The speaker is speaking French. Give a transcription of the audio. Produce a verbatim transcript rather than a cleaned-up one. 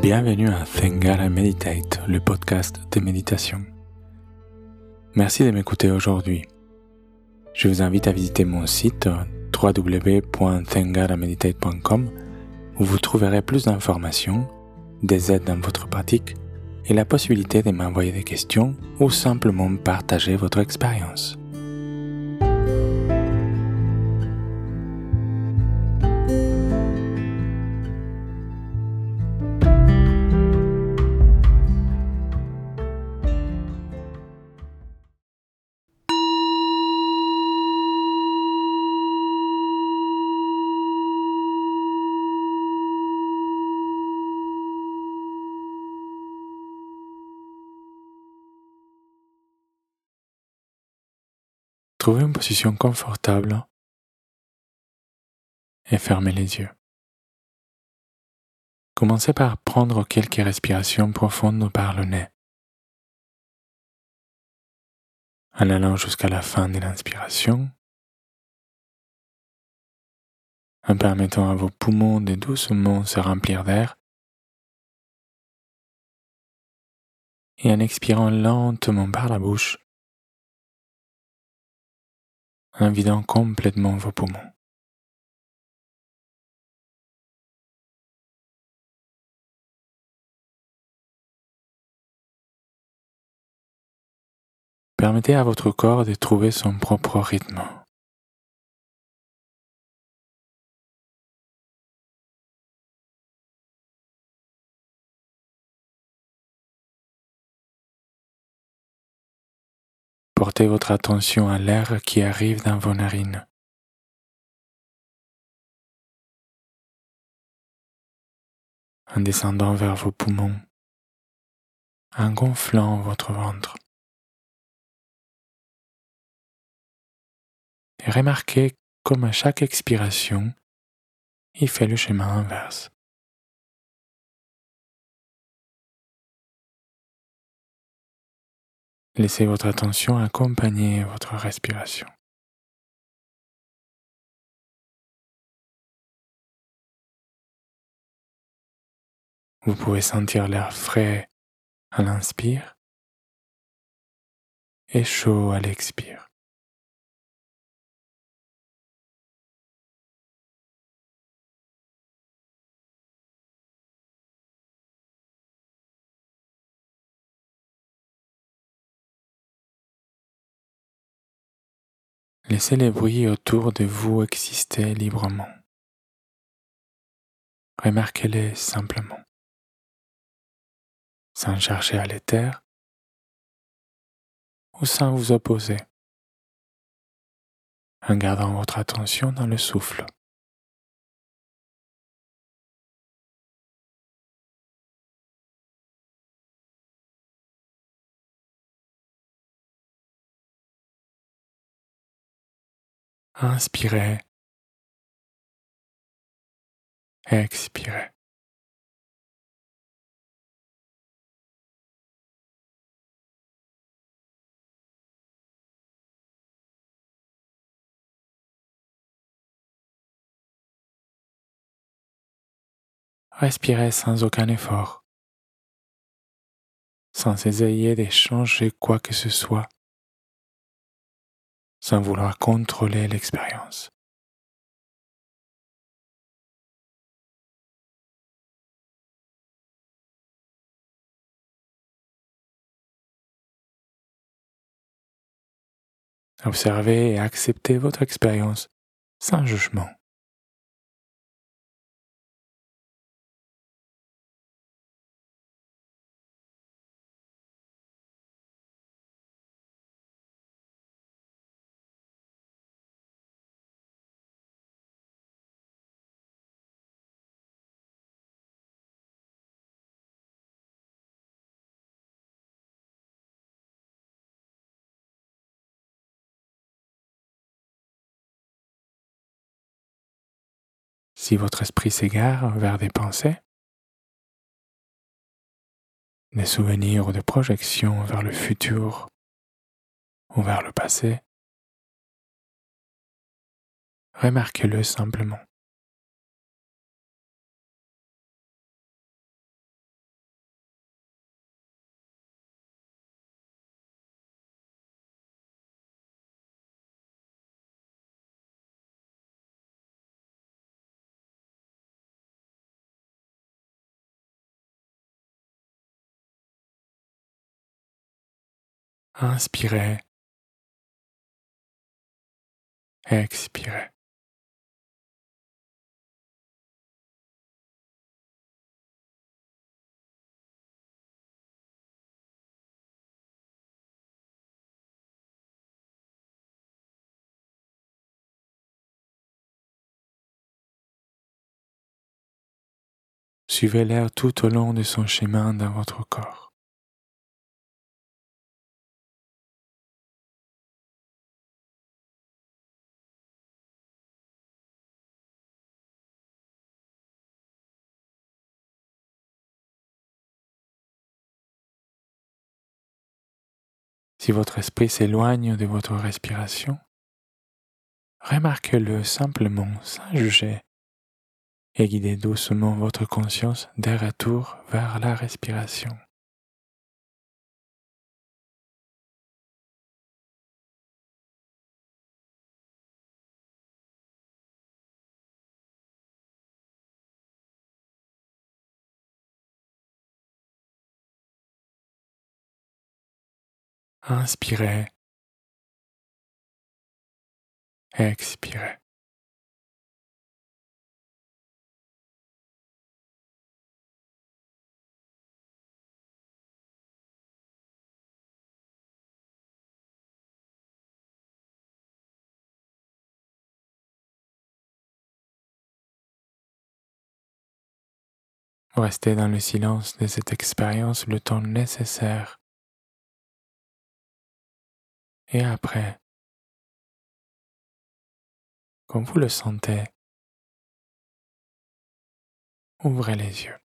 Bienvenue à Thangara Meditate, le podcast de méditation. Merci de m'écouter aujourd'hui. Je vous invite à visiter mon site w w w point thangara meditate point com où vous trouverez plus d'informations, des aides dans votre pratique et la possibilité de m'envoyer des questions ou simplement partager votre expérience. Trouvez une position confortable et fermez les yeux. Commencez par prendre quelques respirations profondes par le nez, en allant jusqu'à la fin de l'inspiration, en permettant à vos poumons de doucement se remplir d'air et en expirant lentement par la bouche, en vidant complètement vos poumons. Permettez à votre corps de trouver son propre rythme. Portez votre attention à l'air qui arrive dans vos narines. En descendant vers vos poumons, en gonflant votre ventre. Et remarquez comme à chaque expiration, il fait le chemin inverse. Laissez votre attention accompagner votre respiration. Vous pouvez sentir l'air frais à l'inspire et chaud à l'expire. Laissez les bruits autour de vous exister librement. Remarquez-les simplement, sans chercher à les taire ou sans vous opposer, en gardant votre attention dans le souffle. Inspirez, expirez. Respirez sans aucun effort, sans essayer de changer quoi que ce soit, sans vouloir contrôler l'expérience. Observez et acceptez votre expérience sans jugement. Si votre esprit s'égare vers des pensées, des souvenirs ou des projections vers le futur ou vers le passé, remarquez-le simplement. Inspirez, expirez. Suivez l'air tout au long de son chemin dans votre corps. Si votre esprit s'éloigne de votre respiration, remarquez-le simplement sans juger et guidez doucement votre conscience d'un retour vers la respiration. Inspirez, expirez. Restez dans le silence de cette expérience le temps nécessaire. Et après, quand vous le sentez, ouvrez les yeux.